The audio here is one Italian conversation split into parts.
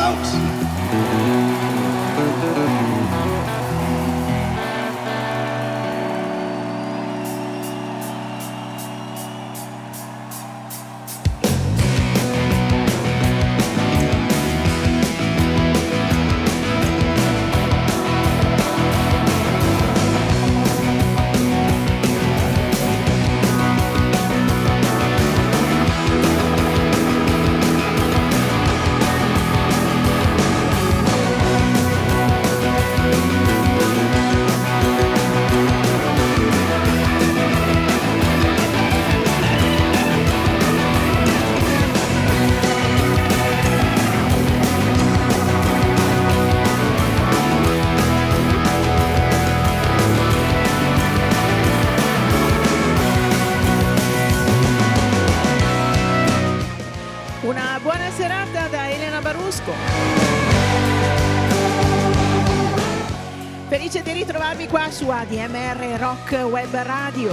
Felice di ritrovarvi qua su ADMR Rock Web Radio,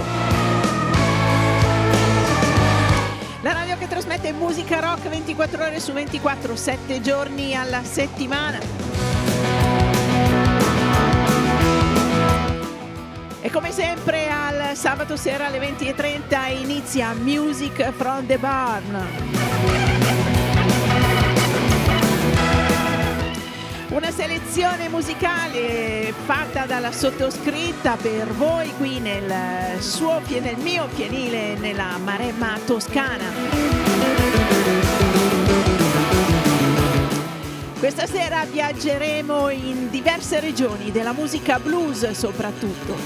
la radio che trasmette musica rock 24 ore su 24, 7 giorni alla settimana. E come sempre al sabato sera alle 20:30 inizia Music from the Barn. Una selezione musicale fatta dalla sottoscritta per voi qui nel mio pianile nella Maremma toscana. Questa sera viaggeremo in diverse regioni della musica blues soprattutto.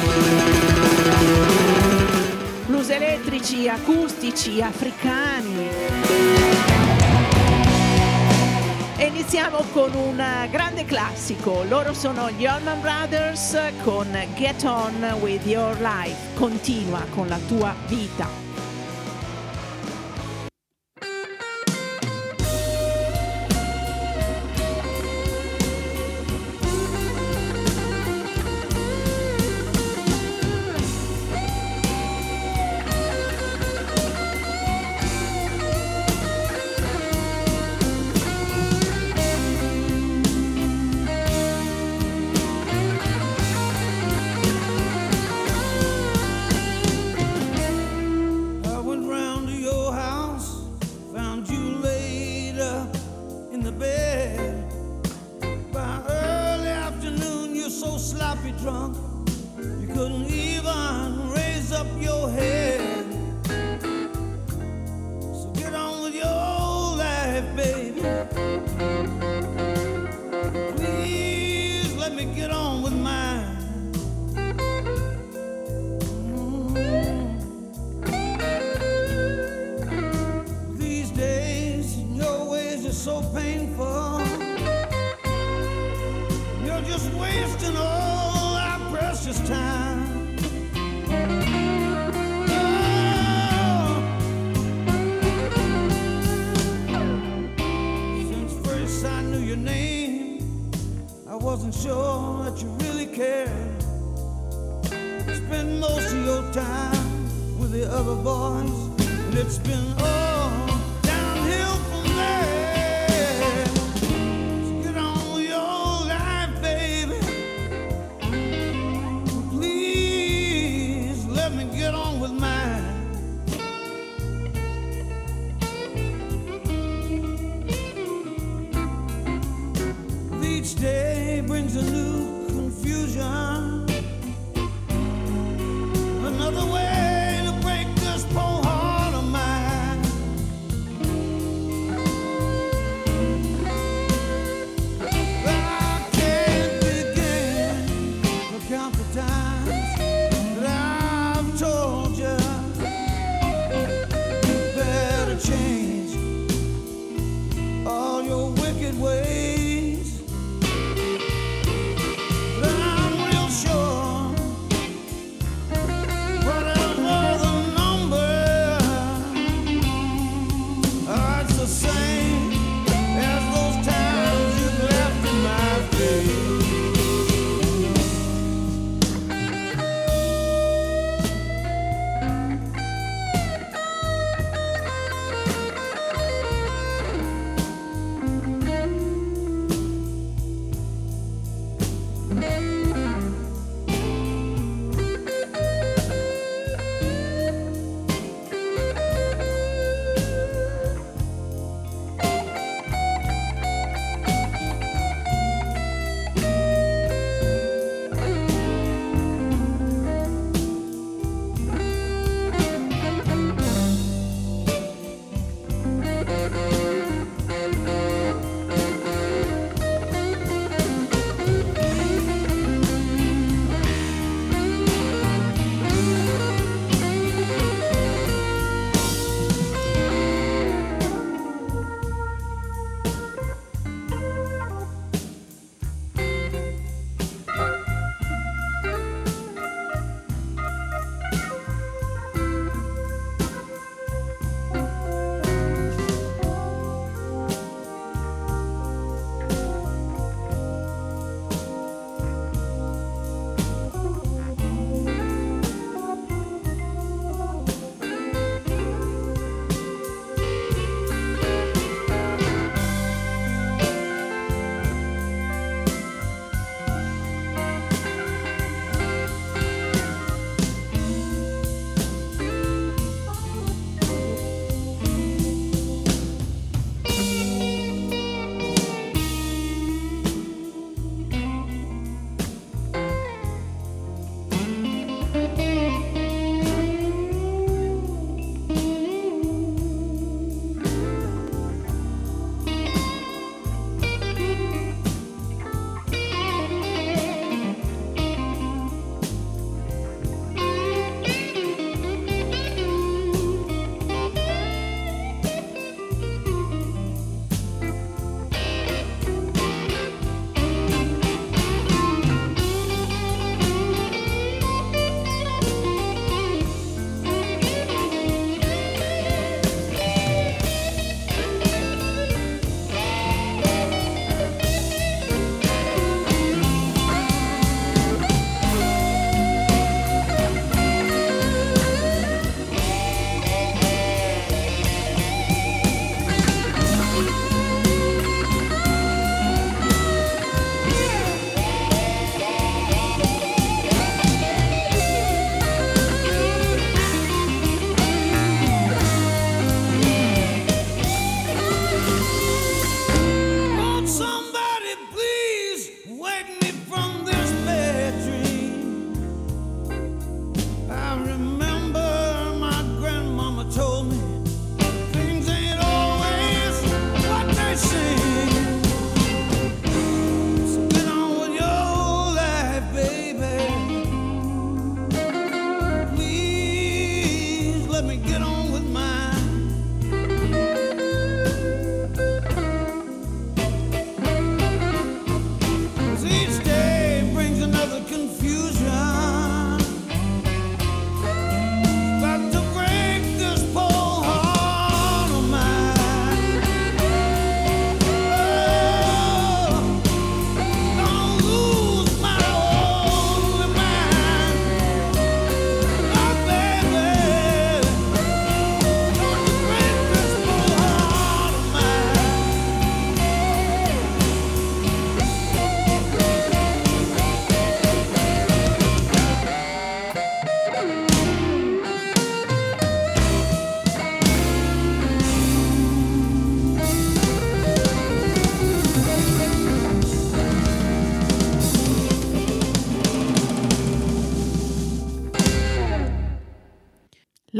Blues elettrici, acustici, africani. E iniziamo con un grande classico. Loro sono gli Allman Brothers con Get On With Your Life. Continua con la tua vita. Sure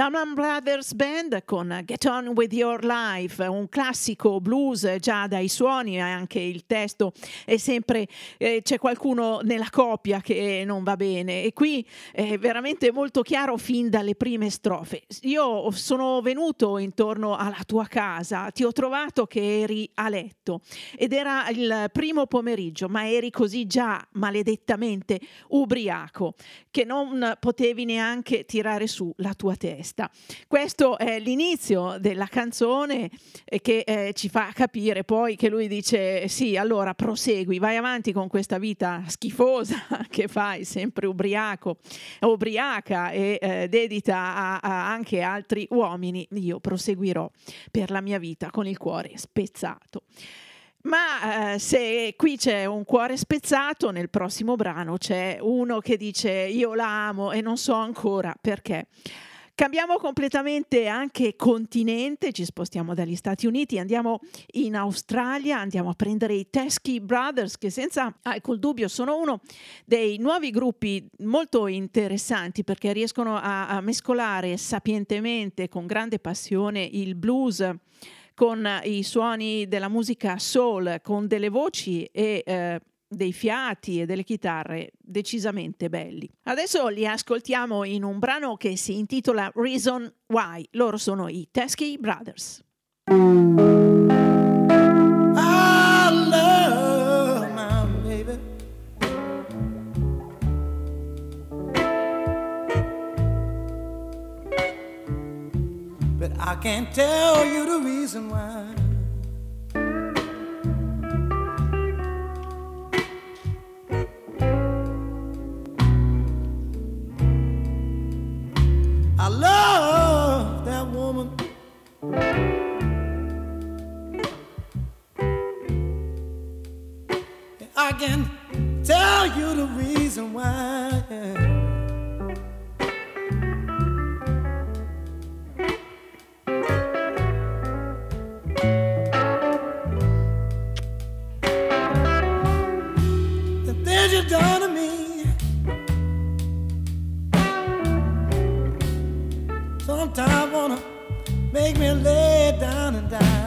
Lehman Brothers Band con Get On With Your Life, un classico blues già dai suoni e anche il testo è sempre c'è qualcuno nella coppia che non va bene, e qui è veramente molto chiaro fin dalle prime strofe. Io sono venuto intorno alla tua casa, ti ho trovato che eri a letto ed era il primo pomeriggio, ma eri così già maledettamente ubriaco che non potevi neanche tirare su la tua testa. Questo è l'inizio della canzone che ci fa capire poi che lui dice sì, allora prosegui, vai avanti con questa vita schifosa che fai, sempre ubriaca e dedita a anche altri uomini. Io proseguirò per la mia vita con il cuore spezzato. Ma se qui c'è un cuore spezzato, nel prossimo brano c'è uno che dice io la amo e non so ancora perché. Cambiamo completamente anche continente, ci spostiamo dagli Stati Uniti, andiamo in Australia, andiamo a prendere i Teskey Brothers, che senza alcun dubbio sono uno dei nuovi gruppi molto interessanti perché riescono a mescolare sapientemente, con grande passione, il blues con i suoni della musica soul, con delle voci e dei fiati e delle chitarre decisamente belli. Adesso li ascoltiamo in un brano che si intitola Reason Why. Loro sono i Teskey Brothers. I love my baby, but I can't tell you the reason why. I love that woman, I can tell you the reason why. The things you've done to me, sometimes wanna make me lay down and die.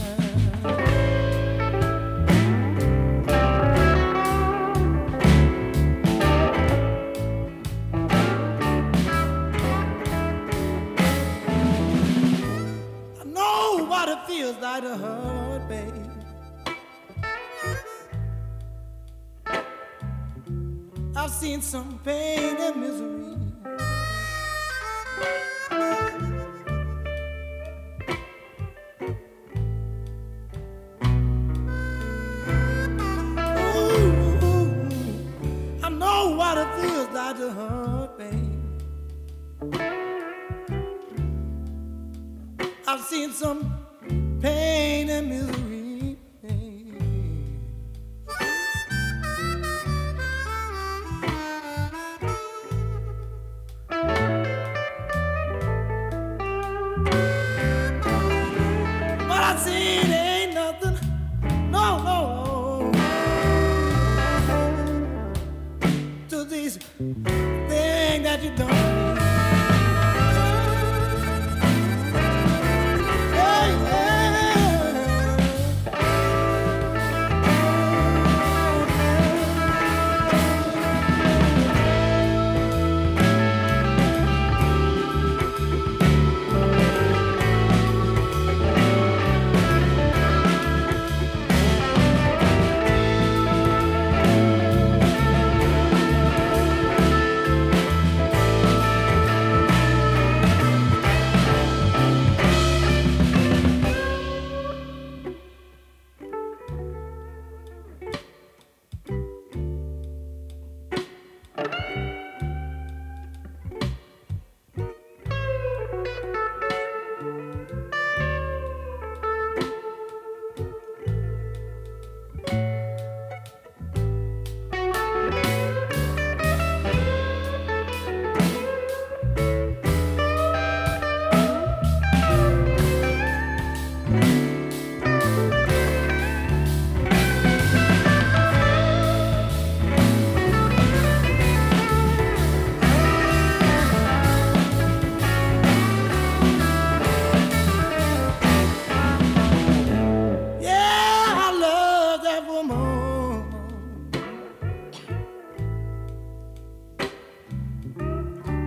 I know what it feels like to hurt, babe. I've seen some pain and misery. What it feels like to hurt, babe. I've seen some pain and misery, babe. What I seen ain't nothing, no, no. These things that you done. Hey.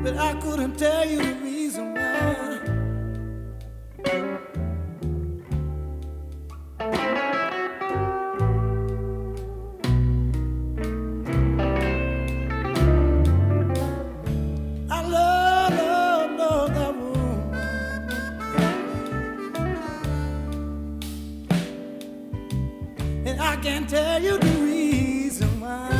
but I couldn't tell you the reason why. I love that woman, and I can't tell you the reason why.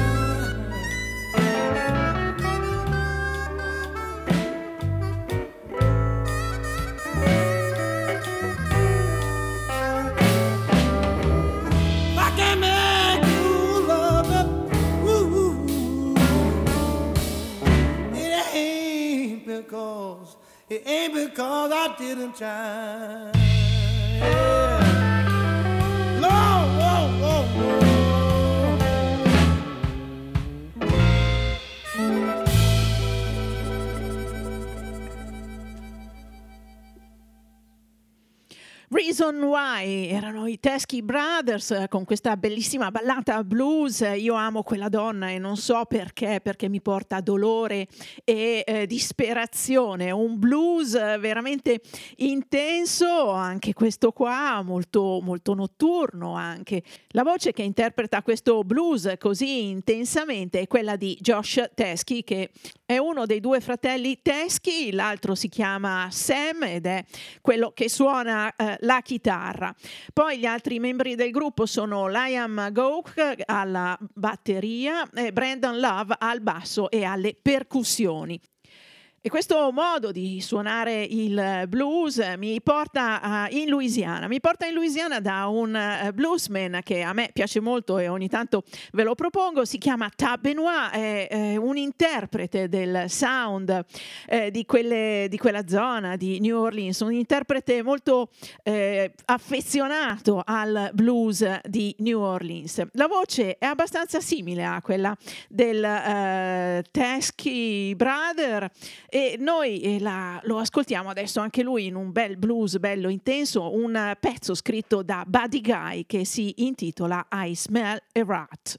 It ain't because I didn't try. Yeah. No, whoa, whoa, whoa. Reason Why erano i Teskey Brothers con questa bellissima ballata blues. Io amo quella donna e non so perché mi porta dolore e disperazione. Un blues veramente intenso, anche questo qua, molto, molto notturno anche. La voce che interpreta questo blues così intensamente è quella di Josh Teskey, che è uno dei due fratelli Teskey, l'altro si chiama Sam ed è quello che suona la chitarra. Poi gli altri membri del gruppo sono Liam Gough alla batteria e Brandon Love al basso e alle percussioni. E questo modo di suonare il blues mi porta in Louisiana. Mi porta in Louisiana da un bluesman che a me piace molto e ogni tanto ve lo propongo. Si chiama Tab Benoit, è un interprete del sound di quella zona di New Orleans, un interprete molto affezionato al blues di New Orleans. La voce è abbastanza simile a quella del Teskey Brother, e noi lo ascoltiamo adesso anche lui in un bel blues bello intenso, un pezzo scritto da Buddy Guy che si intitola I Smell a Rat.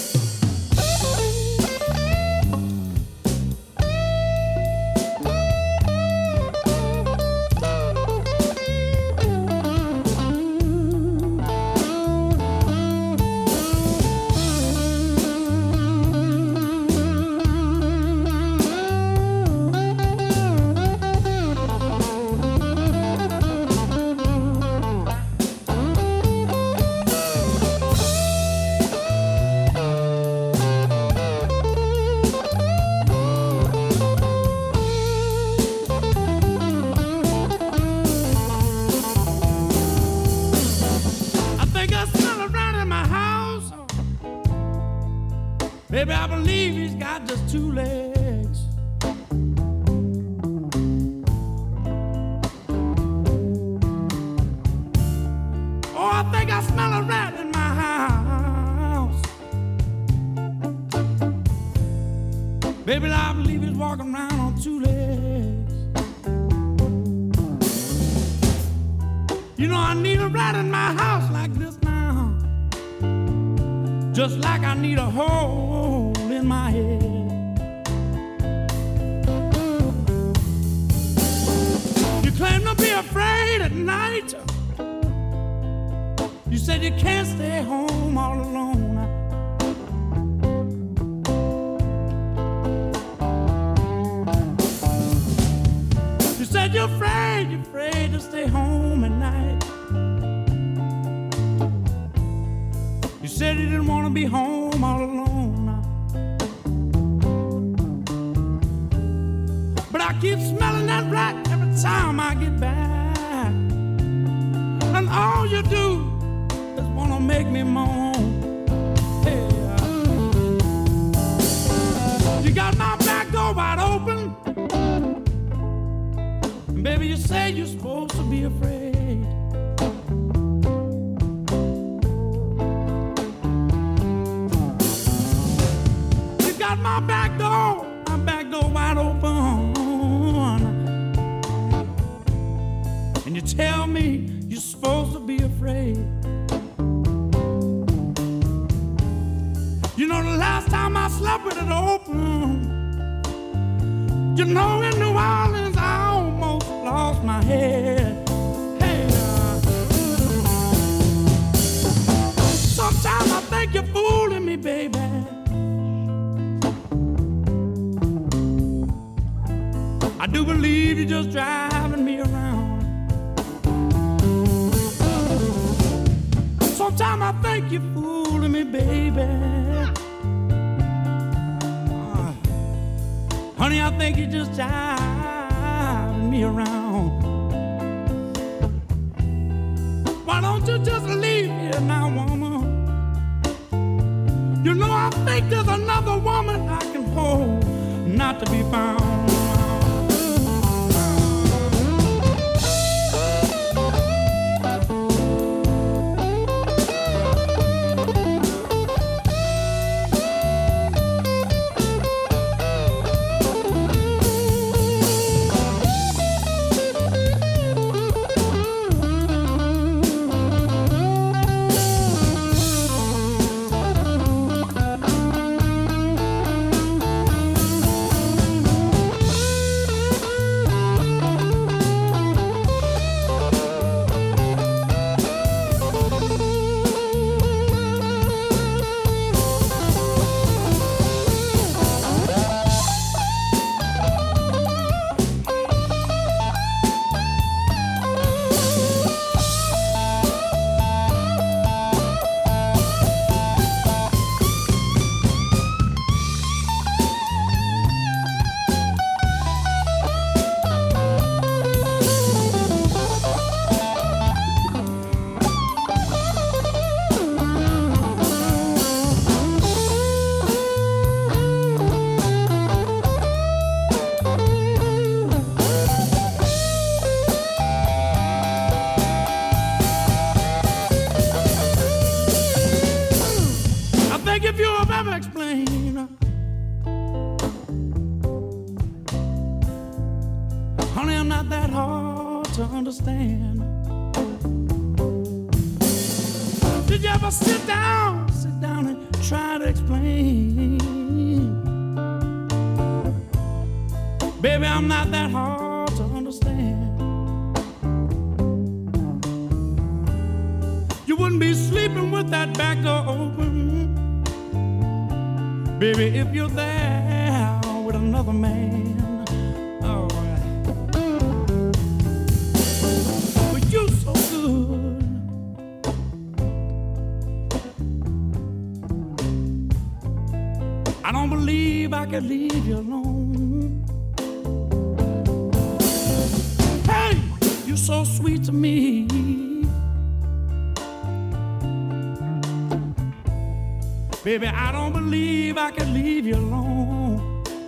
Baby, I believe he's got just two legs. Oh, I think I smell a rat in my house. Baby, I believe he's walking around on two legs. You know I need a rat in my house like this now, just like I need a hole in my head. You claim to be afraid at night. You said you can't stay home all alone. You said you're afraid to stay home at night. You said you didn't want to be home all alone. But I keep smelling that rat every time I get back. And all you do is want to make me moan. Hey, you got my back door wide open. And baby, you say you're supposed to be afraid. My back door wide open, and you tell me you're supposed to be afraid. You know the last time I slept with it open, You know, in New Orleans, I almost lost my head. Hey, sometimes I think you're fooling me, baby. I do believe you're just driving me around. Sometimes I think you're fooling me, baby. Honey, I think you're just driving me around. Why don't you just leave here now, woman? You know I think there's another woman I can hold, not to be found. If you have ever explained, honey, I'm not that hard to understand. Did you ever sit down and try to explain? Baby, I'm not that hard to understand. You wouldn't be sleeping with that back door open, baby, if you're there with another man. Oh, but you're so good. I don't believe I could leave you alone. Hey, you're so sweet to me. Baby, I don't believe I could leave you alone.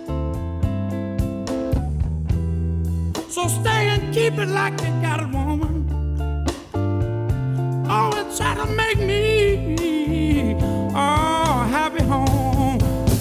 So stay and keep it like you got it, woman. Oh, and try to make me a happy home.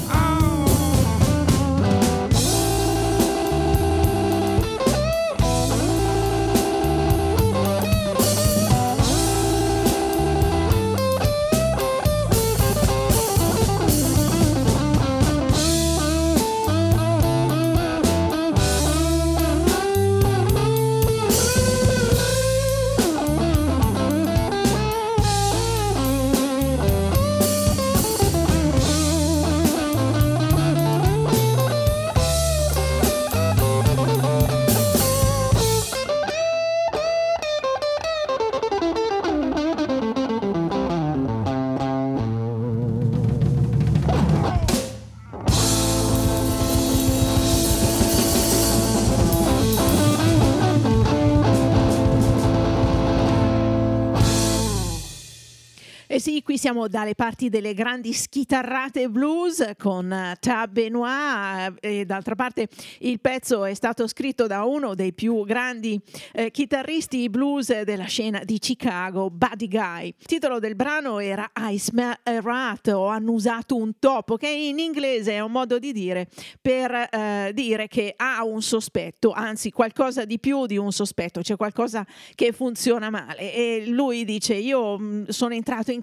Sì, qui siamo dalle parti delle grandi schitarrate blues con Tab Benoit, e d'altra parte il pezzo è stato scritto da uno dei più grandi chitarristi blues della scena di Chicago, Buddy Guy. Il titolo del brano era I Smell a Rat, o Hanno usato un topo, che in inglese è un modo di dire per dire che ha un sospetto, anzi qualcosa di più di un sospetto, c'è qualcosa che funziona male, e lui dice: io sono entrato in casa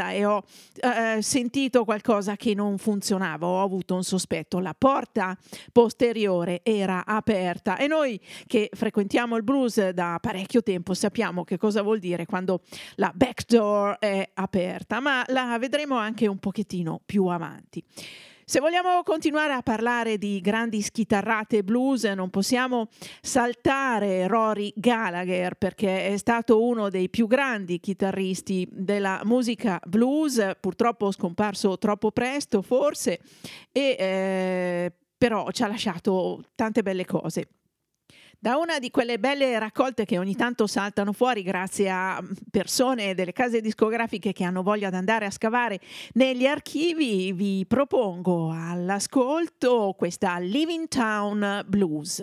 porta e ho sentito qualcosa che non funzionava, ho avuto un sospetto, la porta posteriore era aperta e noi che frequentiamo il blues da parecchio tempo sappiamo che cosa vuol dire quando la back door è aperta, ma la vedremo anche un pochettino più avanti. Se vogliamo continuare a parlare di grandi schitarrate blues, non possiamo saltare Rory Gallagher, perché è stato uno dei più grandi chitarristi della musica blues, purtroppo scomparso troppo presto forse, e però ci ha lasciato tante belle cose. Da una di quelle belle raccolte che ogni tanto saltano fuori grazie a persone delle case discografiche che hanno voglia di andare a scavare negli archivi, vi propongo all'ascolto questa Living Town Blues.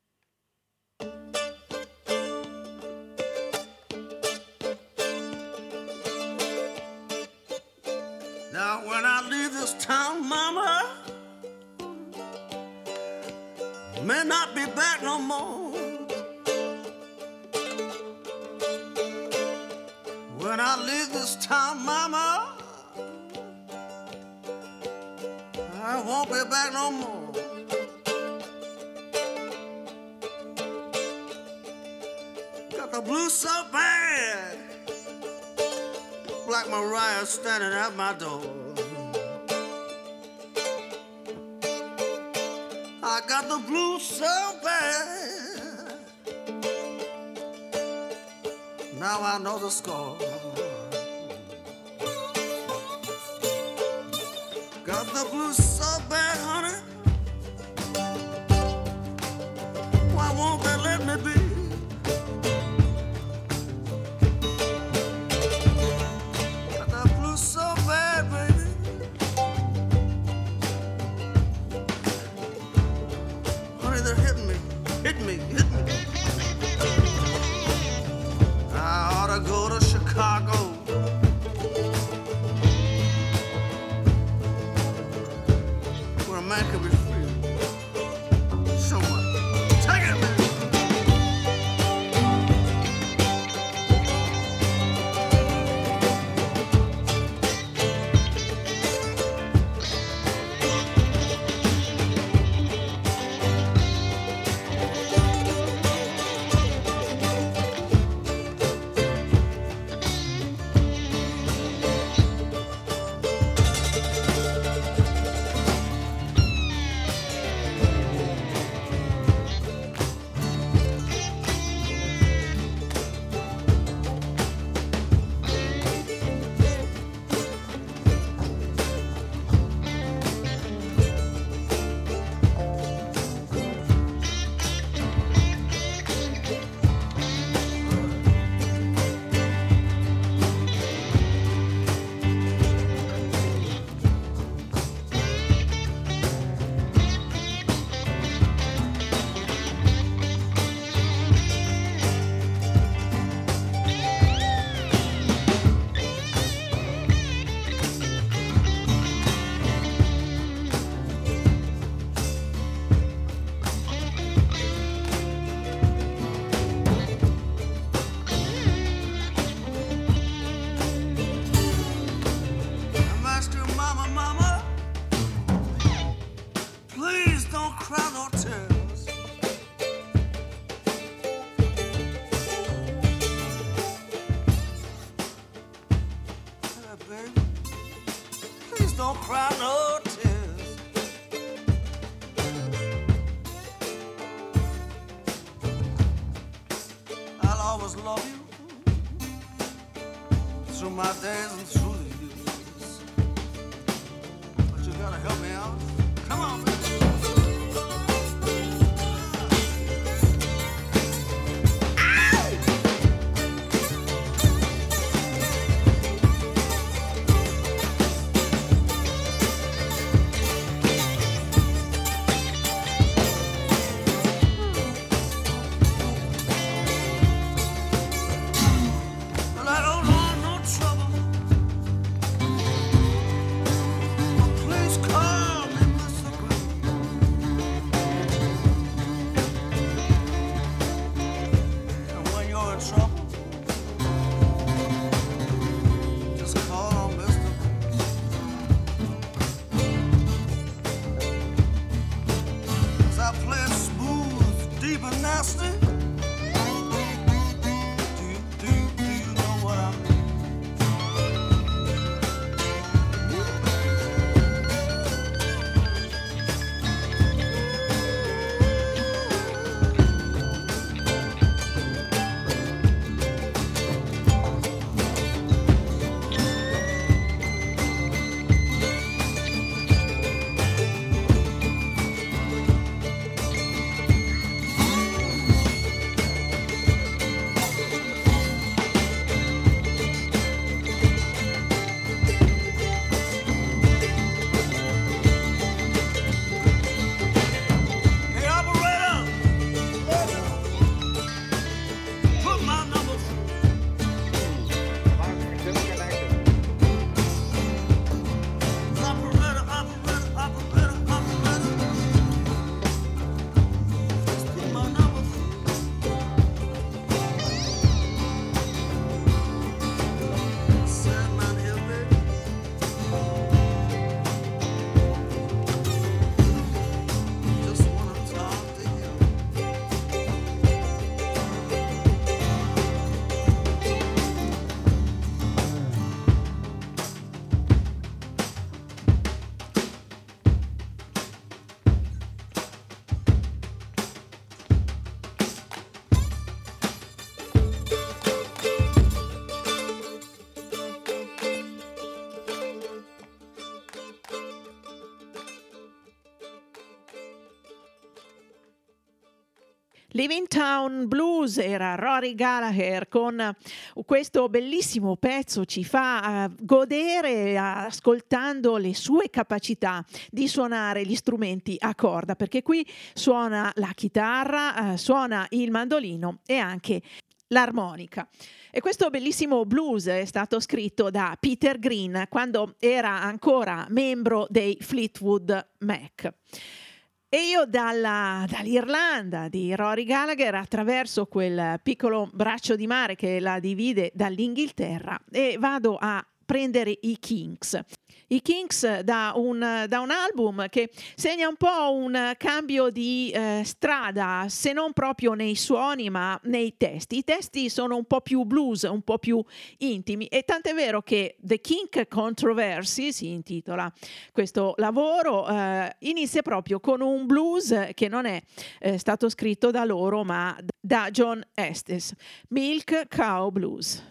Now when I leave this town, mama, may not be back no more. When I leave this town, mama, I won't be back no more. Got the blues so bad, Black Mariah standing at my door. I got the blues so bad, now I know the score. Got the blues so bad, honey, why won't they let me be? Got the blues so bad, baby, honey, they're hitting me, hitting me, hitting me. I ought to go to Chicago, where a man can be free. So much. Take it, man. Don't cry no tears. I'll always love you through my days and through the years. But you gotta help me out. Come on, baby. Living Town Blues era Rory Gallagher con questo bellissimo pezzo, ci fa godere ascoltando le sue capacità di suonare gli strumenti a corda, perché qui suona la chitarra, suona il mandolino e anche l'armonica. E questo bellissimo blues è stato scritto da Peter Green quando era ancora membro dei Fleetwood Mac. E io dall'Irlanda di Rory Gallagher attraverso quel piccolo braccio di mare che la divide dall'Inghilterra e vado a prendere i Kinks. I Kinks da un album che segna un po' un cambio di strada, se non proprio nei suoni ma nei testi. I testi sono un po' più blues, un po' più intimi, e tant'è vero che The Kink Controversy si intitola questo lavoro, inizia proprio con un blues che non è stato scritto da loro ma da John Estes, Milk Cow Blues.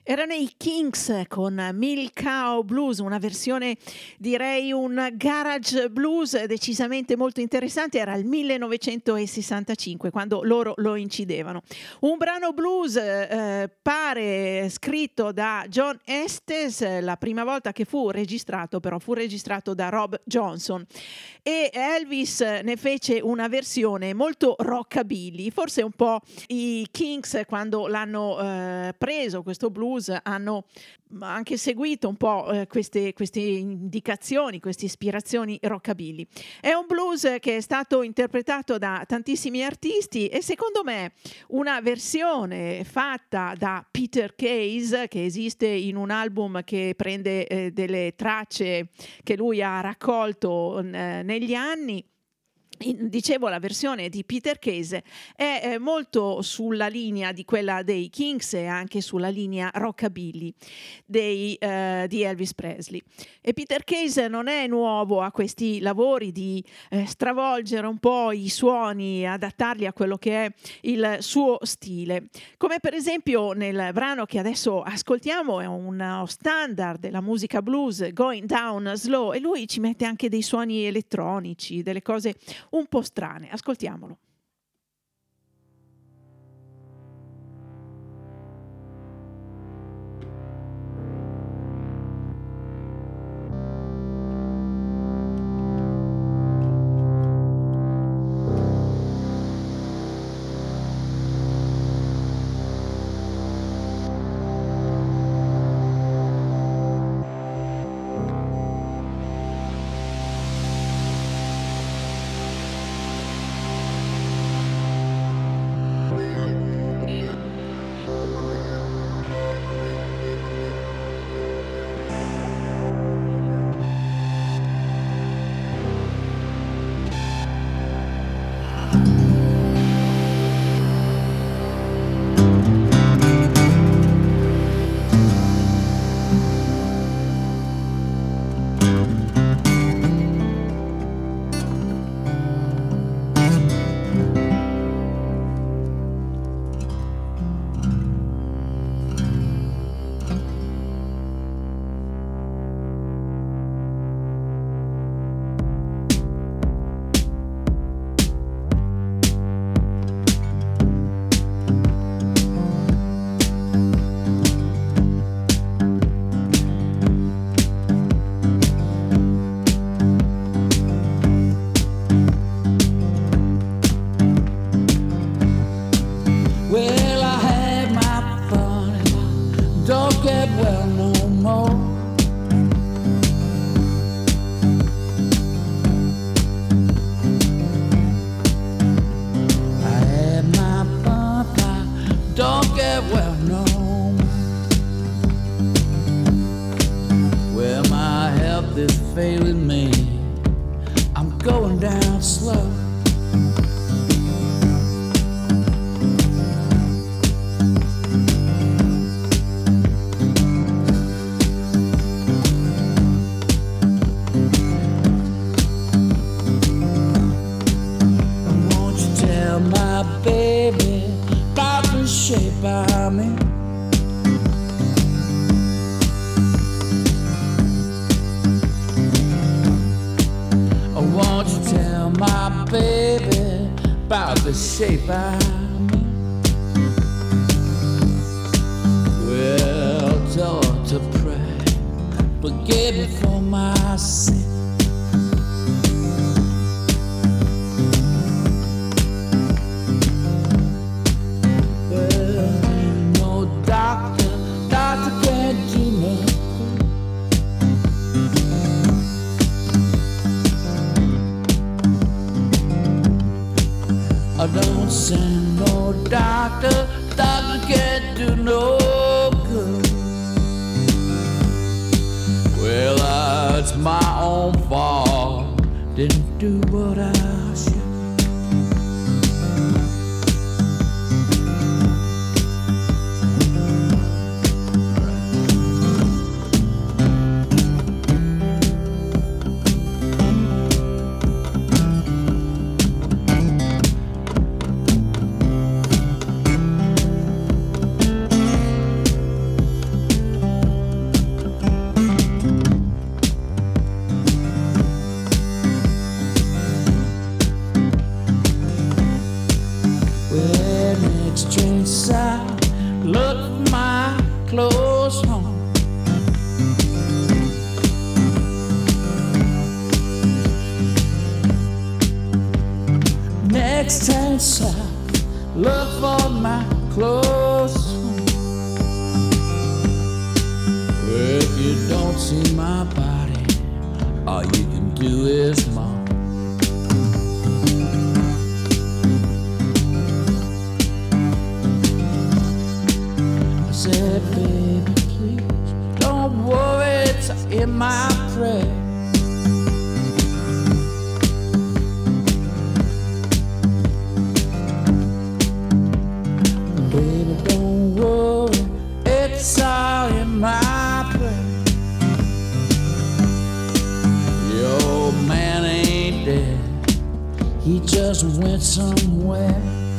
Erano i Kinks con Milk Cow Blues, una versione, direi un garage blues decisamente molto interessante. Era il 1965 quando loro lo incidevano. Un brano blues pare scritto da John Estes, la prima volta che fu registrato però fu registrato da Rob Johnson, e Elvis ne fece una versione molto rockabilly. Forse un po' i Kinks, quando l'hanno preso questo blues, hanno anche seguito un po' queste indicazioni, queste ispirazioni rockabilly. È un blues che è stato interpretato da tantissimi artisti, e secondo me una versione fatta da Peter Case, che esiste in un album che prende delle tracce che lui ha raccolto negli anni. Dicevo, la versione di Peter Case è molto sulla linea di quella dei Kinks e anche sulla linea rockabilly di Elvis Presley. E Peter Case non è nuovo a questi lavori di stravolgere un po' i suoni, adattarli a quello che è il suo stile, come per esempio nel brano che adesso ascoltiamo. È uno standard della musica blues, Going Down Slow, e lui ci mette anche dei suoni elettronici, delle cose un po' strane. Ascoltiamolo. Shape I'm in. Well, taught to pray, forgive me for my sin. Well, no doctor can't do nothing. I don't send no doctor can't do no good. Well, it's my own fault, didn't do what I should. Well, next train south, look for my clothes home. Next train south, look for my clothes home. Well, if you don't see my body, all you can do is moan. I said, baby, please don't worry, it's in my prayer. Baby, don't worry, it's all in my prayer. The old man ain't dead, he just went somewhere.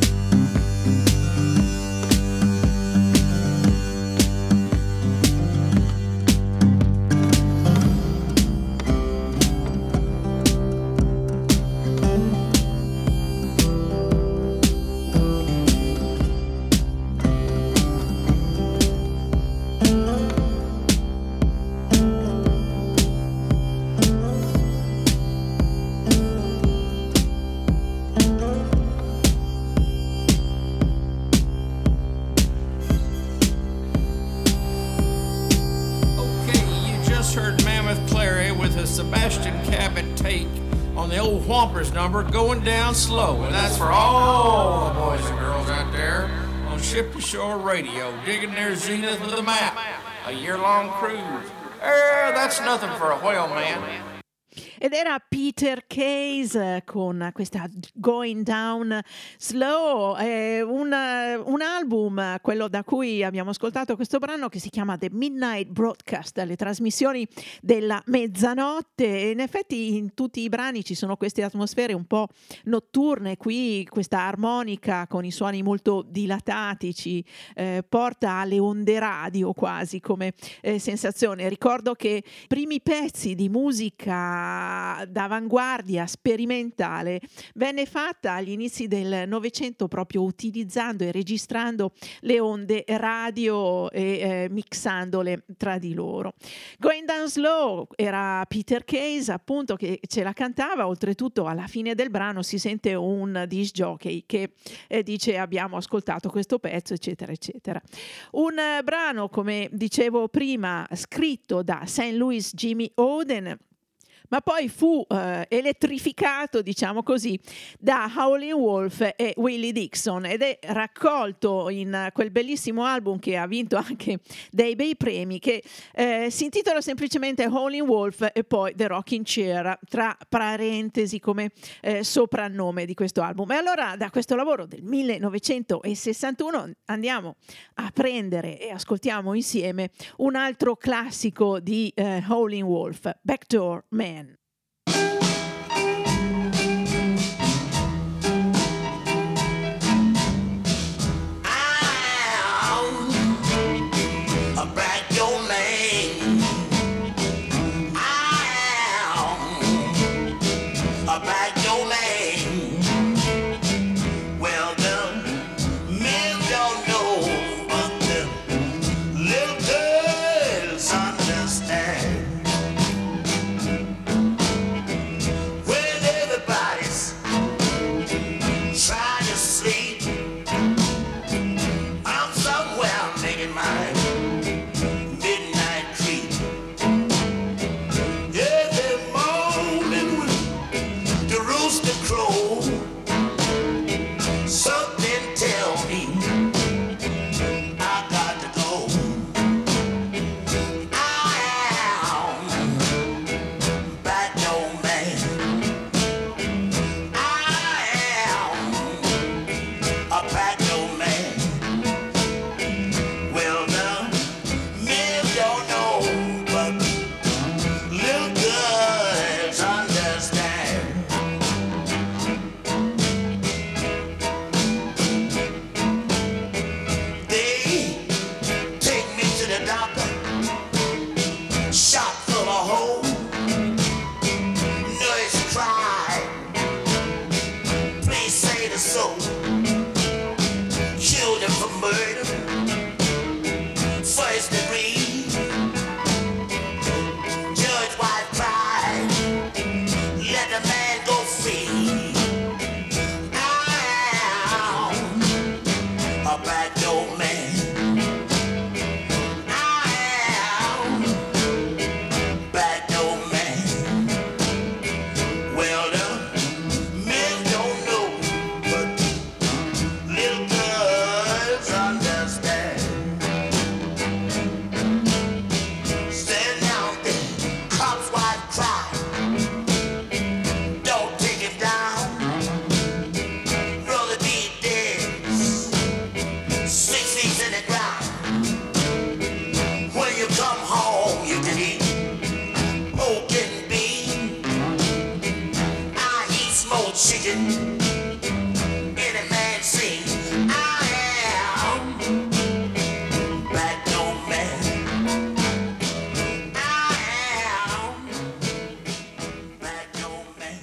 Sebastian Cabot take on the old Whompers number, Going Down Slow. And that's for all the boys and girls out there on Ship to Shore Radio, digging their zenith with a map. A year-long cruise. That's nothing for a whale man. Ed era Peter Case con questa Going Down Slow, un album, quello da cui abbiamo ascoltato questo brano, che si chiama The Midnight Broadcast, le trasmissioni della mezzanotte. E in effetti in tutti i brani ci sono queste atmosfere un po' notturne. Qui questa armonica con i suoni molto dilatati ci porta alle onde radio quasi come sensazione. Ricordo che i primi pezzi di musica d'avanguardia sperimentale venne fatta agli inizi del Novecento proprio utilizzando e registrando le onde radio e mixandole tra di loro. Going Down Slow era Peter Case, appunto, che ce la cantava. Oltretutto alla fine del brano si sente un disc jockey che dice abbiamo ascoltato questo pezzo, eccetera eccetera. Un brano, come dicevo prima, scritto da St. Louis Jimmy Oden, ma poi fu elettrificato, diciamo così, da Howlin' Wolf e Willie Dixon, ed è raccolto in quel bellissimo album che ha vinto anche dei bei premi, che si intitola semplicemente Howlin' Wolf e poi The Rocking Chair, tra parentesi, come soprannome di questo album. E allora da questo lavoro del 1961 andiamo a prendere e ascoltiamo insieme un altro classico di Howlin' Wolf, Backdoor Man. Little girls understand. a bad old man. Chicken, any man sings, I am bad no man. I am bad no man.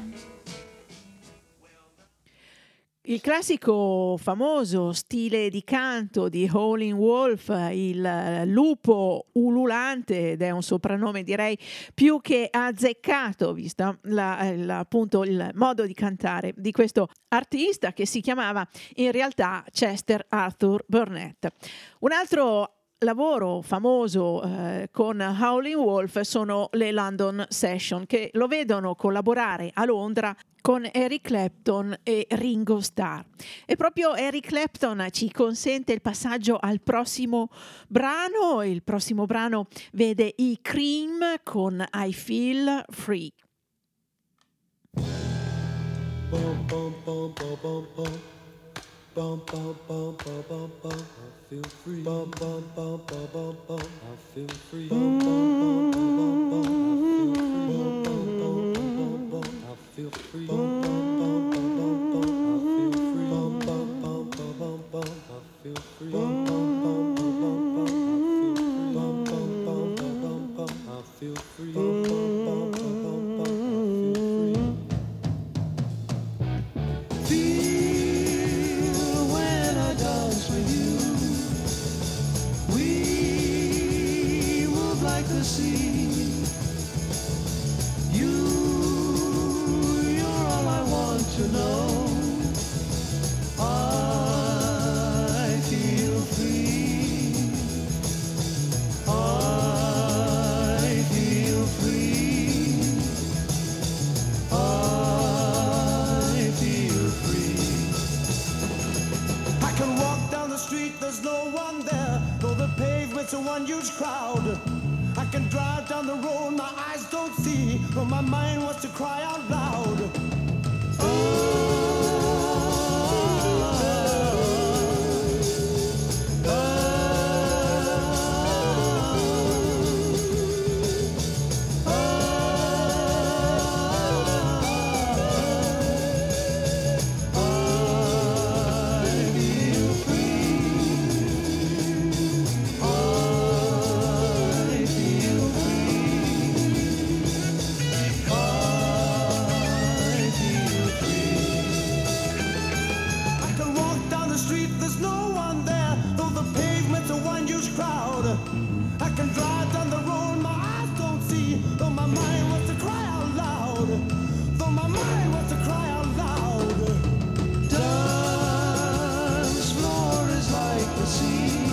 Il classico famoso stile di canto di Howlin' Wolf, il lupo ululante, ed è un soprannome direi più che azzeccato, vista appunto il modo di cantare di questo artista che si chiamava in realtà Chester Arthur Burnett. Un altro lavoro famoso con Howlin' Wolf sono le London Session, che lo vedono collaborare a Londra con Eric Clapton e Ringo Starr. E proprio Eric Clapton ci consente il passaggio al prossimo brano. Il prossimo brano vede i Cream con I Feel Free. Bum, bum, bum, bum, bum, bum. Bum, bum, bum, bum, bum, bum. I feel free. Bum, bum, bum, bum, bum, bum. I feel free. Bum, bum, bum, bum, bum, bum. I feel free. Bum, bum, bum, bum, bum, bum. I feel free. Bum, bum, bum, bum, bum. I feel free. Bum, bum, bum, bum, bum, bum. I feel free. Bum, bum, bum, bum, bum. I feel free. Bum, bum, bum, bum. I feel when I dance with you, we move like the sea. You're all I want to know. I feel free. I feel free. I feel free. I can walk down the street, there's no one there, though the pavement's a one huge crowd. I can drive down the road, my eyes don't see, but my mind wants to cry out loud. I can drive down the road, my eyes don't see, though my mind wants to cry out loud. Though my mind wants to cry out loud. Dance floor is like the sea.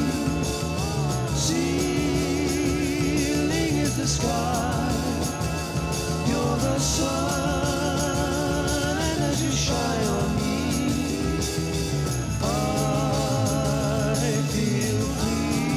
Ceiling is the sky. You're the sun, and as you shine on me, I feel free.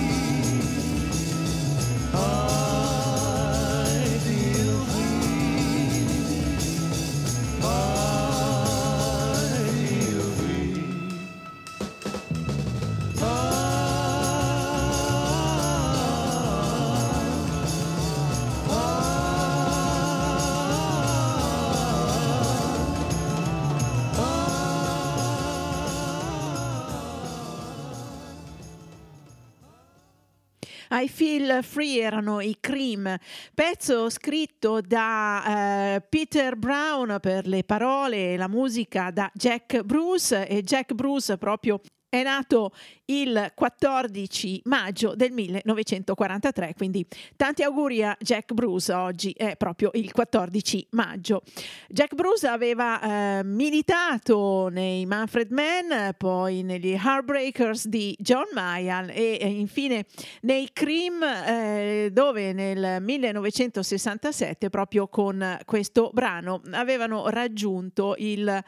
I Feel Free erano i Cream, pezzo scritto da Peter Brown per le parole e la musica da Jack Bruce, e Jack Bruce proprio è nato il 14 maggio del 1943, quindi tanti auguri a Jack Bruce, oggi è proprio il 14 maggio. Jack Bruce aveva militato nei Manfred Mann, poi negli Heartbreakers di John Mayall e infine nei Cream, dove nel 1967 proprio con questo brano avevano raggiunto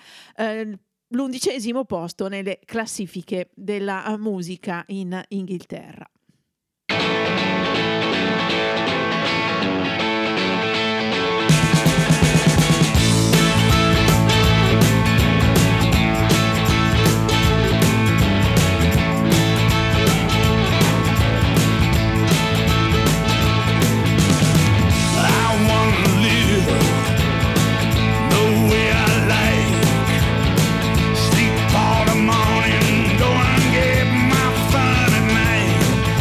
l'11° posto nelle classifiche della musica in Inghilterra. Morning, go and get my fun at night.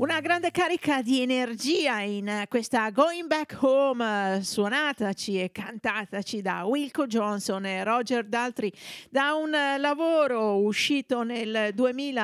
Una grande carica di energia in questa Going Back Home, suonataci e cantataci da Wilco Johnson e Roger Daltrey, da un lavoro uscito nel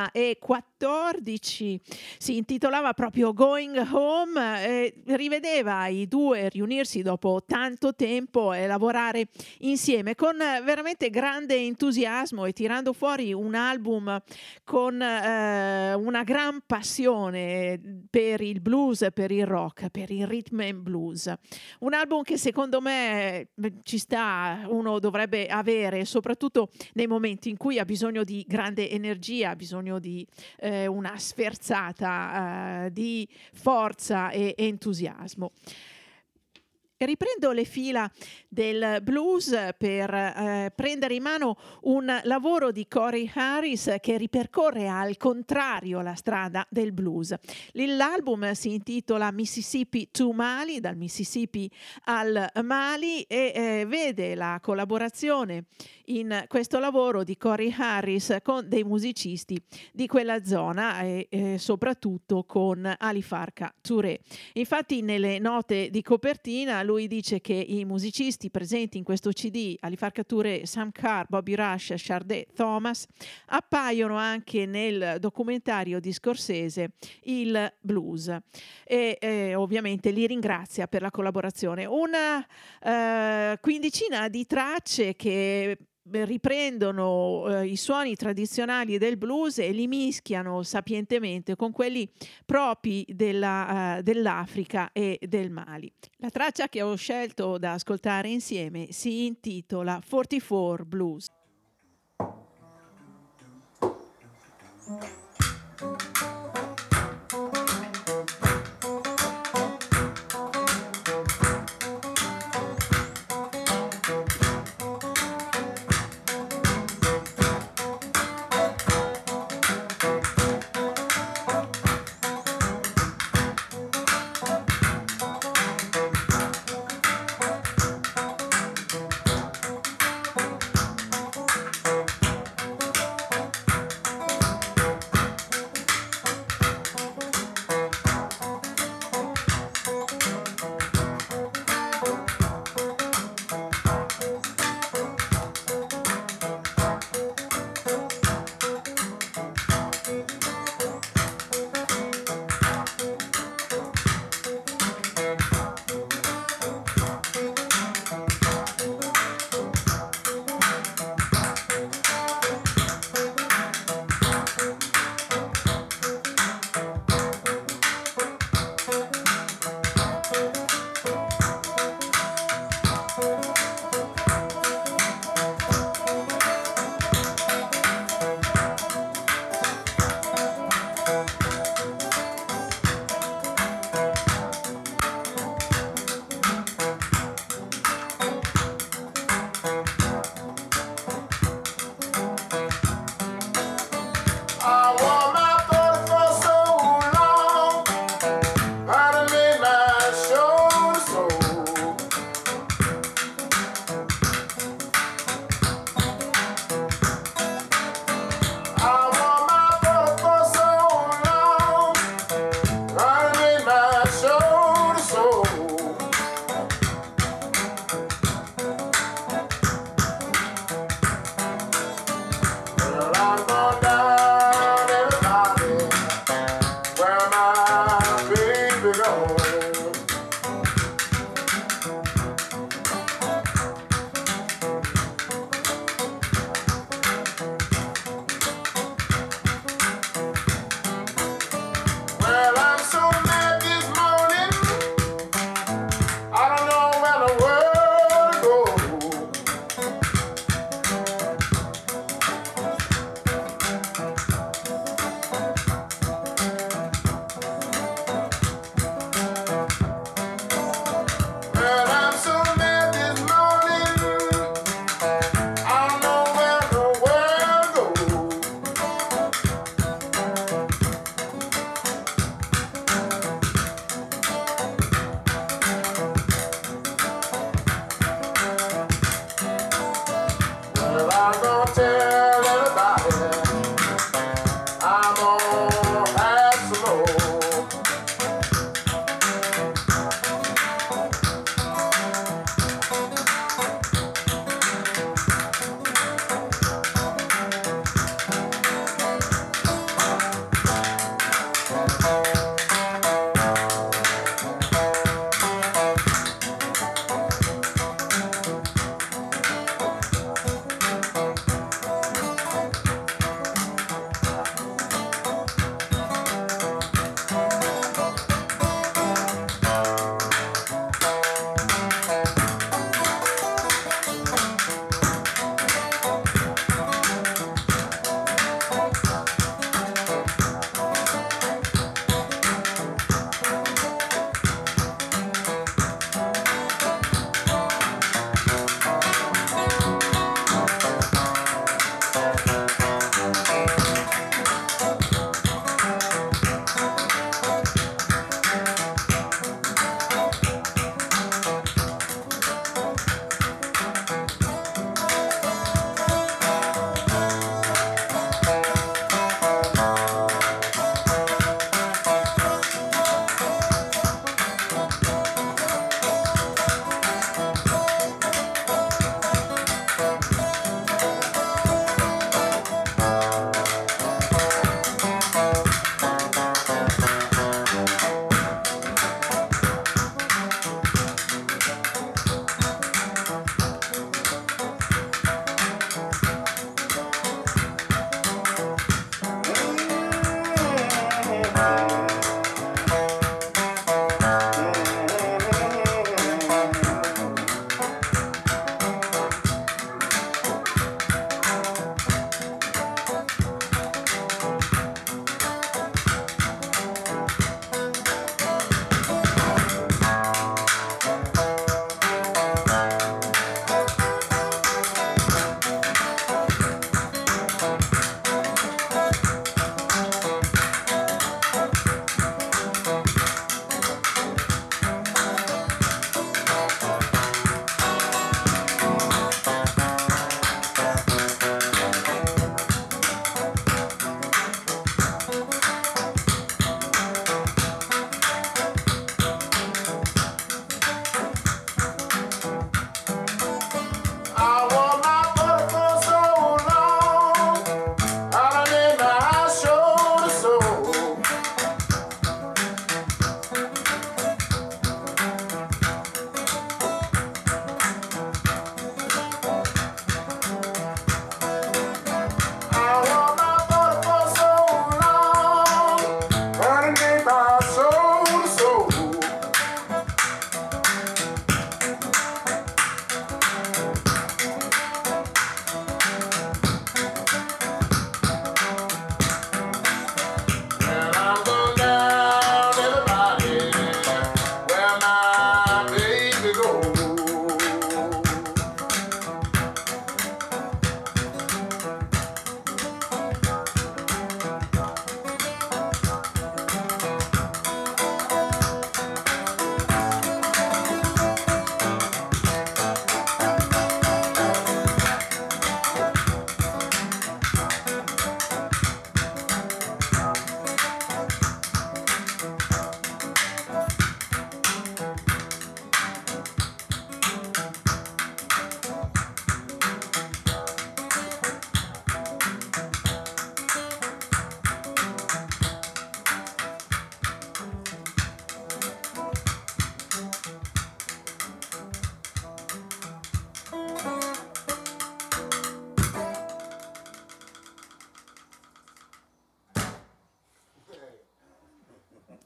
2014, si intitolava proprio Going Home, e rivedeva i due riunirsi dopo tanto tempo e lavorare insieme con veramente grande entusiasmo e tirando fuori un album con una gran passione per il blues, per il rock, per il rhythm and blues. Un album che secondo me ci sta, uno dovrebbe avere, soprattutto nei momenti in cui ha bisogno di grande energia, ha bisogno di una sferzata di forza e entusiasmo. Riprendo le fila del blues per prendere in mano un lavoro di Corey Harris che ripercorre al contrario la strada del blues. L'album si intitola Mississippi to Mali, dal Mississippi al Mali, e vede la collaborazione in questo lavoro di Corey Harris con dei musicisti di quella zona e soprattutto con Ali Farka Touré. Infatti nelle note di copertina lui dice che i musicisti presenti in questo CD, Ali Farka Touré, Sam Carr, Bobby Rush, Sharde Thomas, appaiono anche nel documentario di Scorsese Il Blues, e ovviamente li ringrazia per la collaborazione. Una quindicina di tracce che riprendono i suoni tradizionali del blues e li mischiano sapientemente con quelli propri dell'Africa e del Mali. La traccia che ho scelto da ascoltare insieme si intitola 44 Blues.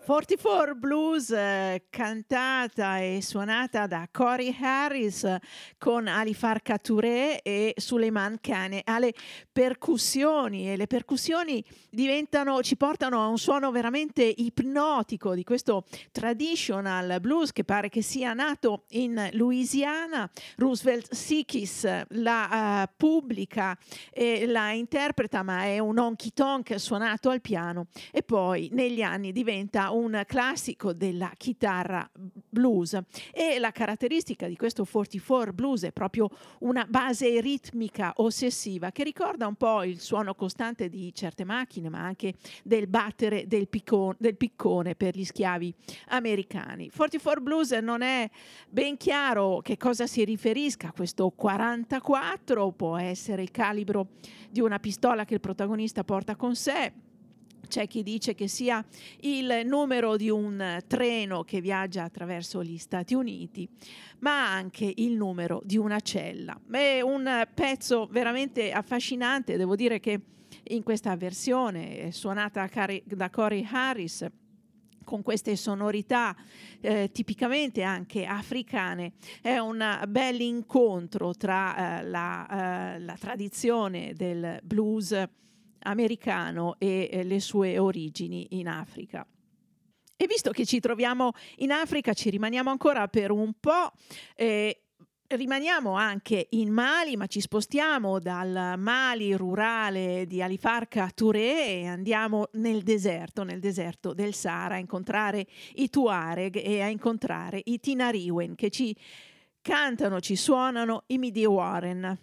44 Blues, cantata e suonata da Corey Harris con Ali Farka Touré e Suleiman Kane alle percussioni, e le percussioni ci portano a un suono veramente ipnotico di questo traditional blues che pare che sia nato in Louisiana. Roosevelt Sikis la pubblica e la interpreta, ma è un honky tonk suonato al piano, e poi negli anni diventa un classico della chitarra blues. E la caratteristica di questo 44 Blues è proprio una base ritmica ossessiva che ricorda un po' il suono costante di certe macchine, ma anche del battere del piccone per gli schiavi americani. 44 Blues non è ben chiaro che cosa si riferisca a questo 44, può essere il calibro di una pistola che il protagonista porta con sé. C'è chi dice che sia il numero di un treno che viaggia attraverso gli Stati Uniti, ma anche il numero di una cella. È un pezzo veramente affascinante, devo dire che in questa versione suonata da Corey Harris, con queste sonorità tipicamente anche africane, è un bel incontro tra la tradizione del blues americano e le sue origini in Africa. E visto che ci troviamo in Africa, ci rimaniamo ancora per un po'. Rimaniamo anche in Mali, ma ci spostiamo dal Mali rurale di Ali Farka Touré e andiamo nel deserto del Sahara, a incontrare i Tuareg e a incontrare i Tinariwen che ci cantano, ci suonano i Midi Warren.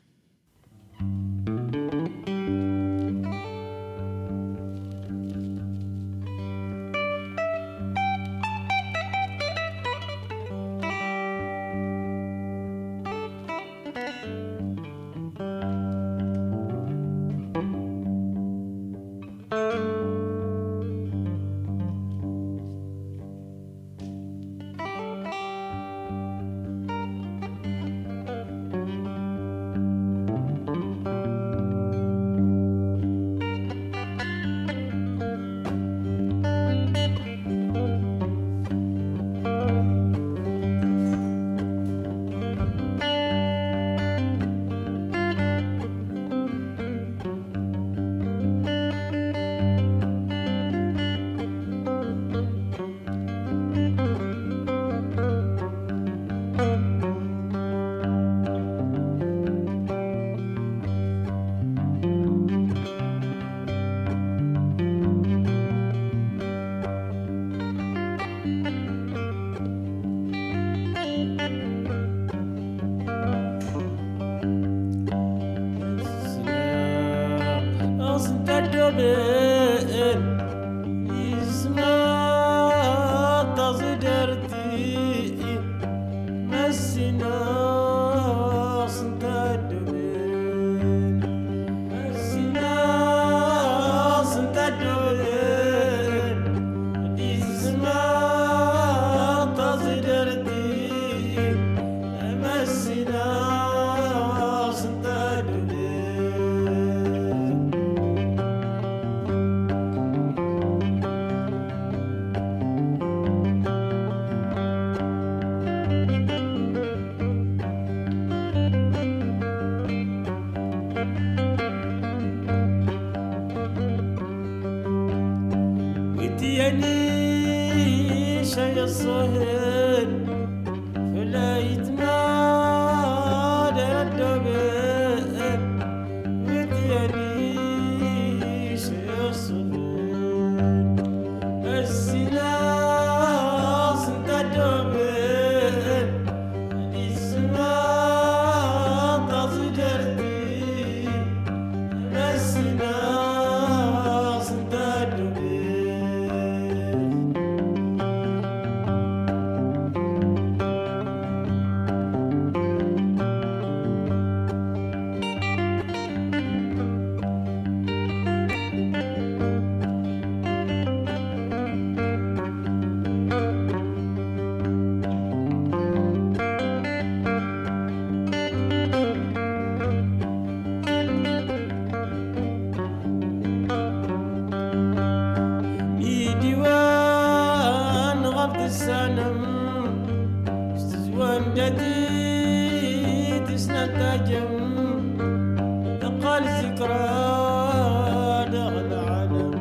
السلام استزوان جديد سنتاجم تقال ذكرى دغل عالم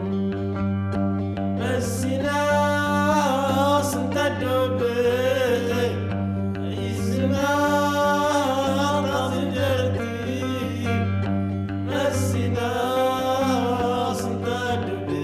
مسنا سنتاجو بي يزنا تصدرتي مسنا سنتاجو بي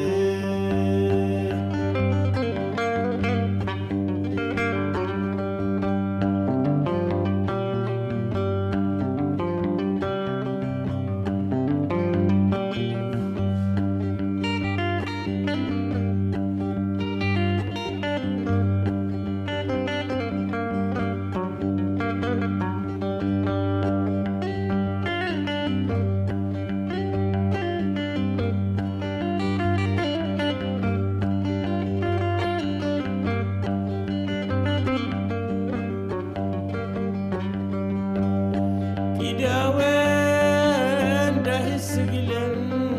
Kidawen dah segilan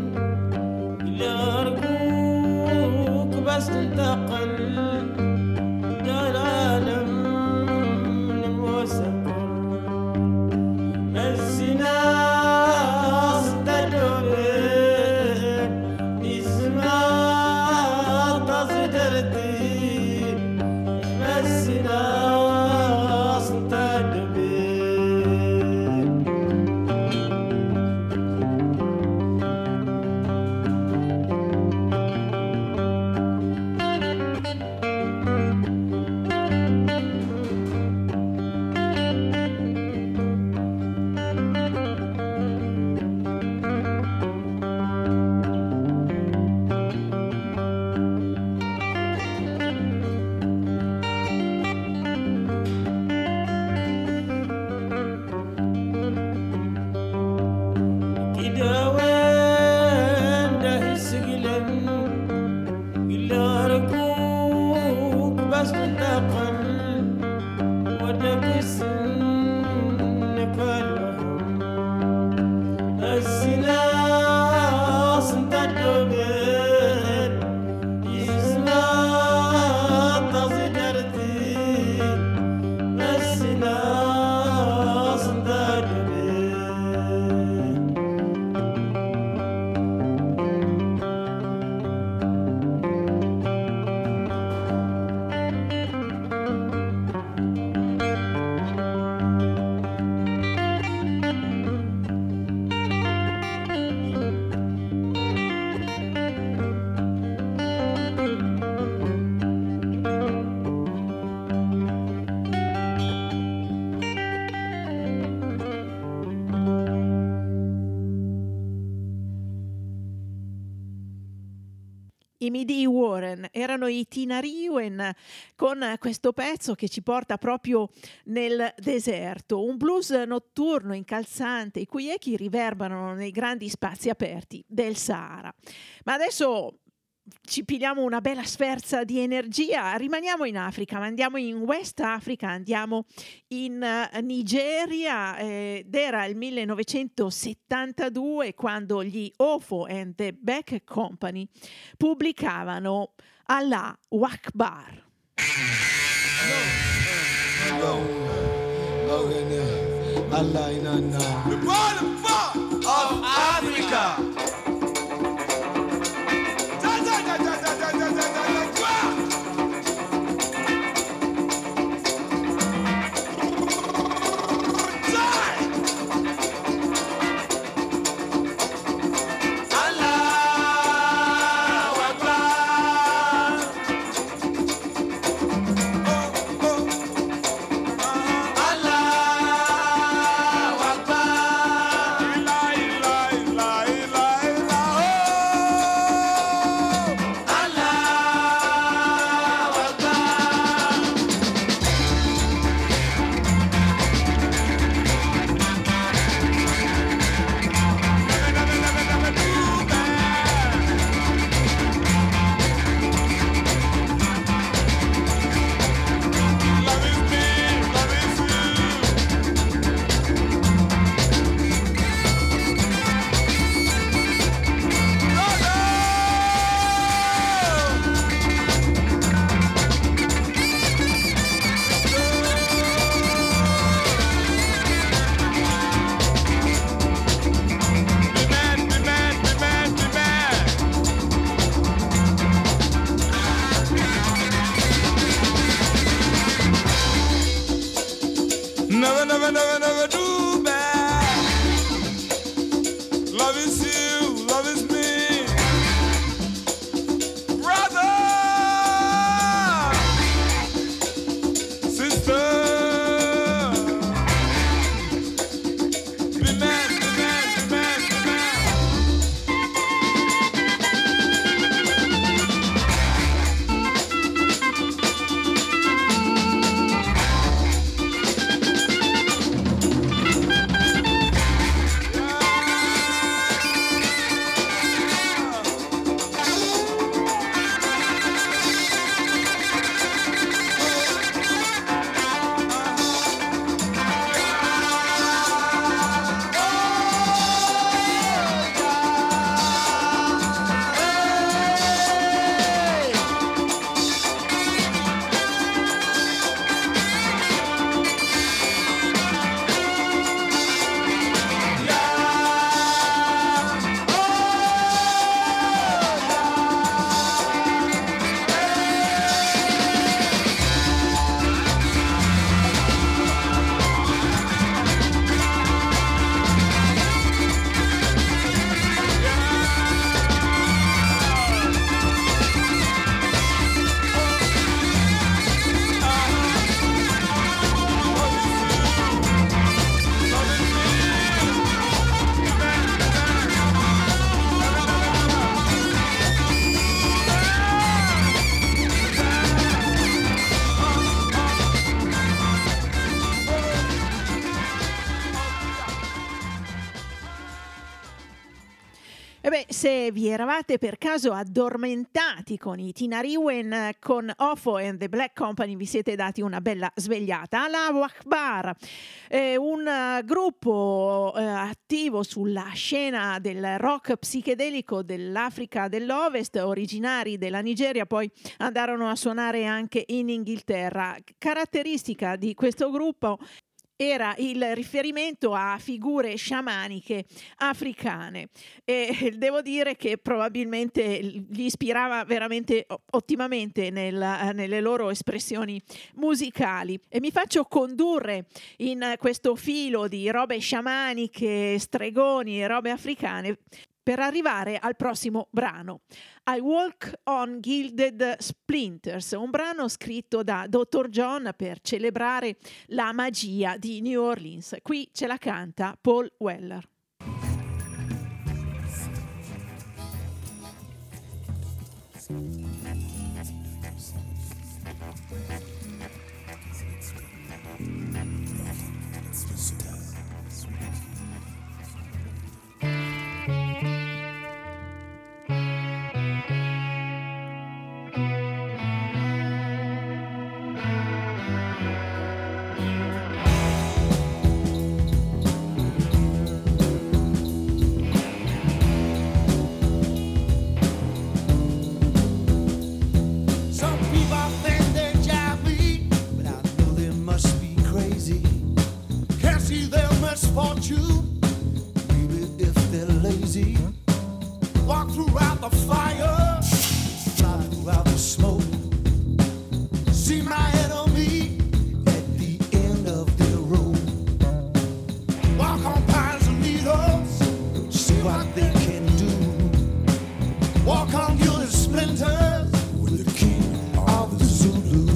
Gilarguk bas tentaqal Dalalam نموسكر مسنا صددوبين نسمع تصدرتي مسنا صددوبين Kidawen dah segilan Gilarguk bas tentaqal Wadak سنكال السنا صندوقين يسمع تصدرتي السنا صندوقين I Midi Warren erano i Tina Riwen con questo pezzo che ci porta proprio nel deserto, un blues notturno incalzante i cui echi riverberano nei grandi spazi aperti del Sahara. Ma adesso ci pigliamo una bella sferza di energia, rimaniamo in Africa, ma andiamo in West Africa, andiamo in Nigeria ed era il 1972 quando gli Ofo and the Beck Company pubblicavano Allah Akbar. Allah inanna. The bottom of Africa. Allah E beh, se vi eravate per caso addormentati con i Tinariwen con Ofo and the Black Company, vi siete dati una bella svegliata. Allahu Akbar, un gruppo attivo sulla scena del rock psichedelico dell'Africa dell'Ovest, originari della Nigeria, poi andarono a suonare anche in Inghilterra. Caratteristica di questo gruppo era il riferimento a figure sciamaniche africane e devo dire che probabilmente li ispirava veramente ottimamente nelle loro espressioni musicali, e mi faccio condurre in questo filo di robe sciamaniche, stregoni e robe africane per arrivare al prossimo brano, I Walk on Gilded Splinters, un brano scritto da Dr. John per celebrare la magia di New Orleans. Qui ce la canta Paul Weller. Fortune, maybe if they're lazy, walk throughout the fire, fly throughout the smoke, see my enemy at the end of their road, walk on pines and needles, see what they can do, walk on gilded splinters with the king of the Zulu.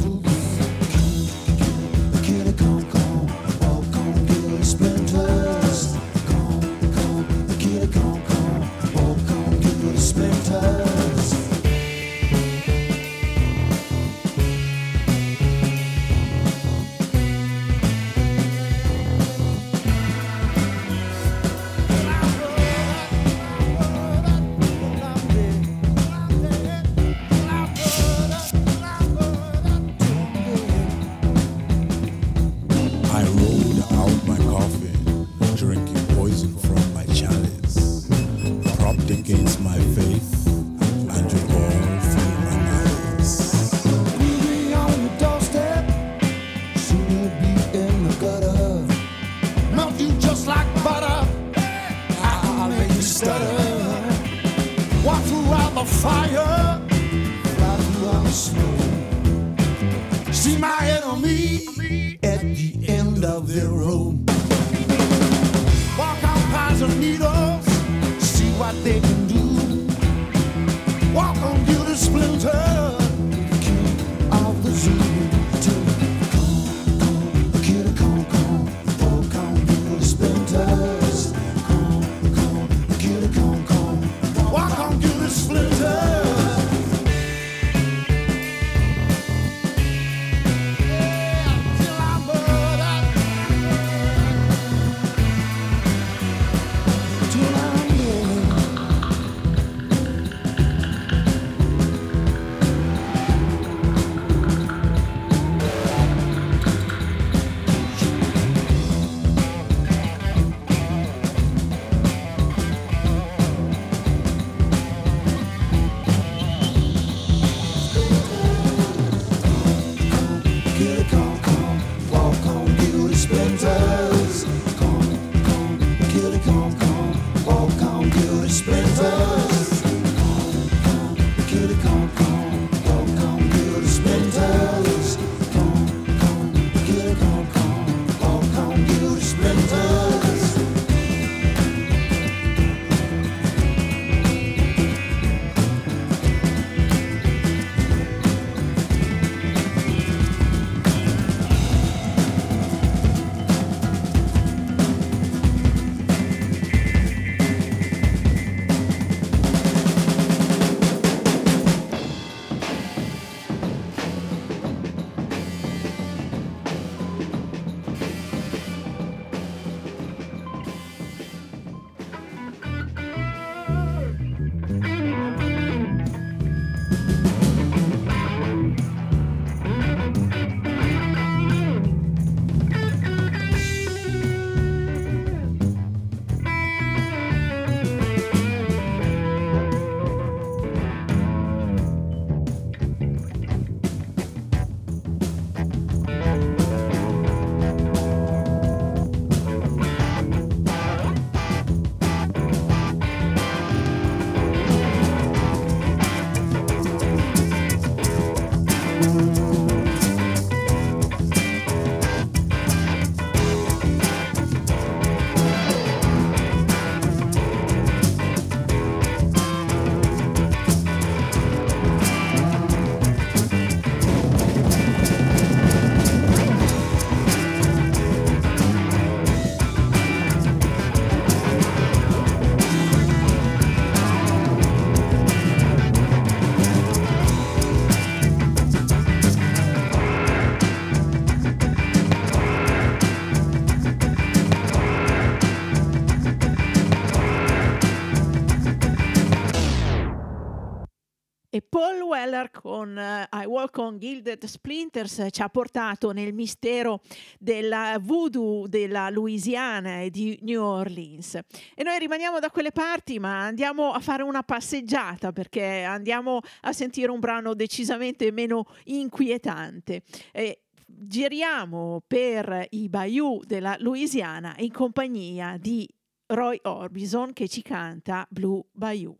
Weller con I Walk on Gilded Splinters ci ha portato nel mistero della voodoo della Louisiana e di New Orleans. E noi rimaniamo da quelle parti, ma andiamo a fare una passeggiata perché andiamo a sentire un brano decisamente meno inquietante. Giriamo per i bayou della Louisiana in compagnia di Roy Orbison che ci canta Blue Bayou.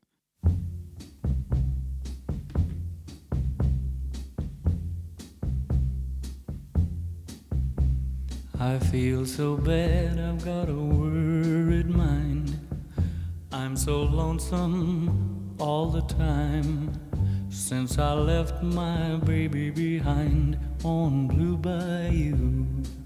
I feel so bad, I've got a worried mind. I'm so lonesome all the time since I left my baby behind on Blue Bayou.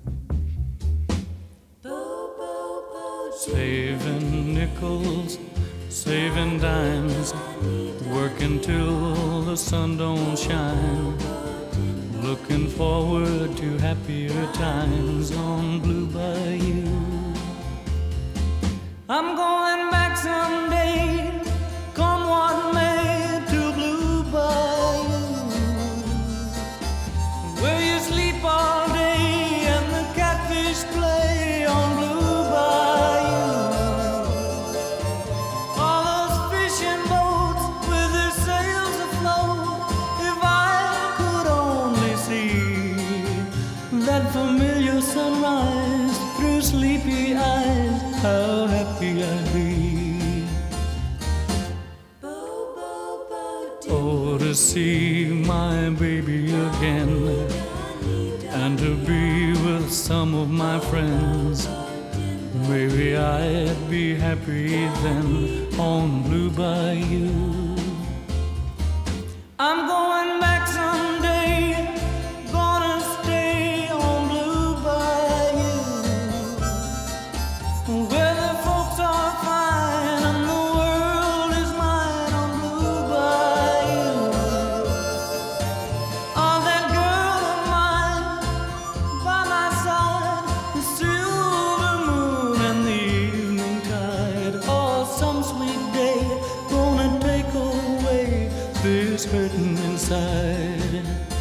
Saving nickels, saving dimes, working till the sun don't shine. Looking forward to happier times on Blue Bayou. I'm going back someday, come what may, to Blue Bayou, where you sleep all day and the catfish play on Blue Bayou. All those fishing boats with their sails afloat, if I could only see that familiar sunrise through sleepy eyes, how happy I'd be. Oh, to see my baby again and to be with some of my friends. Maybe I'd be happy then on Blue Bayou. I'm going back someday, gonna stay on Blue Bayou, where the folks are fine and the world is mine on Blue Bayou. Oh, that girl of mine by my side, the silver moon and the evening tide. Oh, some sweet day gonna take away this hurting inside.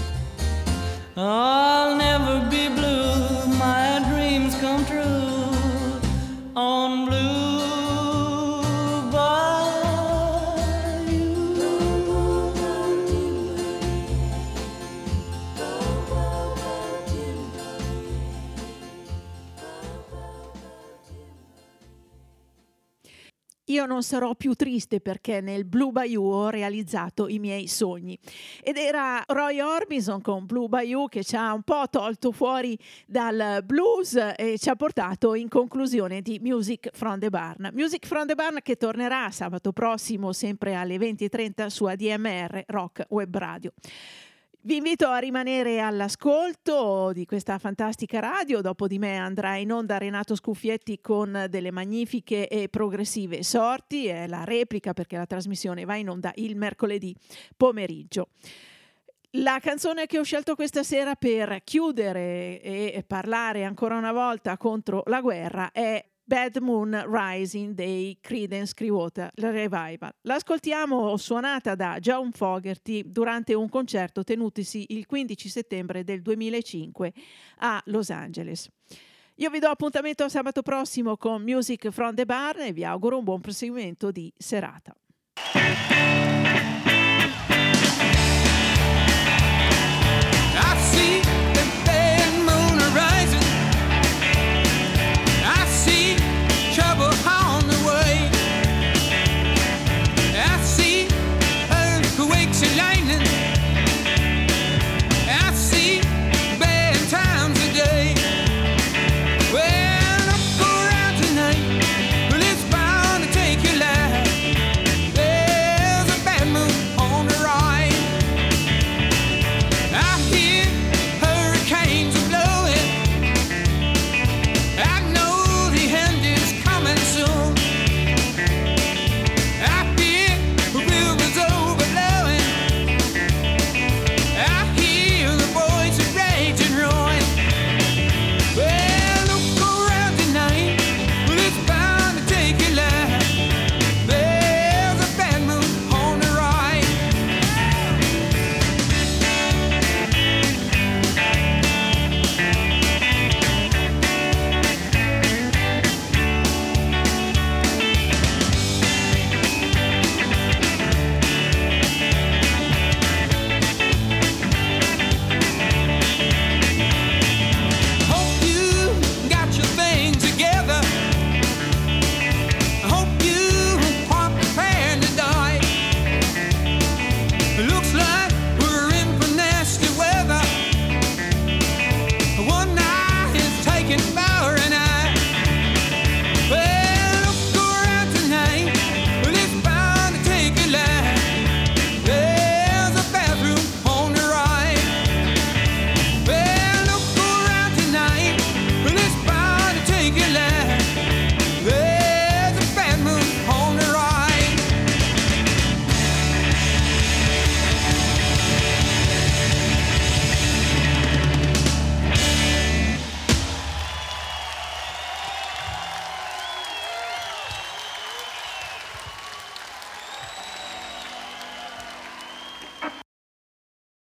I'll never be blue, my dreams come true on Blue Bayou. Io non sarò più triste perché nel Blue Bayou ho realizzato i miei sogni. Ed era Roy Orbison con Blue Bayou che ci ha un po' tolto fuori dal blues e ci ha portato in conclusione di Music from the Barn. Music from the Barn che tornerà sabato prossimo sempre alle 20:30 su ADMR Rock Web Radio. Vi invito a rimanere all'ascolto di questa fantastica radio. Dopo di me andrà in onda Renato Scuffietti con delle magnifiche e progressive sorti. È la replica perché la trasmissione va in onda il mercoledì pomeriggio. La canzone che ho scelto questa sera per chiudere e parlare ancora una volta contro la guerra è Bad Moon Rising dei Creedence Clearwater Revival. L'ascoltiamo suonata da John Fogerty durante un concerto tenutisi il 15 settembre del 2005 a Los Angeles. Io vi do appuntamento a sabato prossimo con Music from the Barn e vi auguro un buon proseguimento di serata.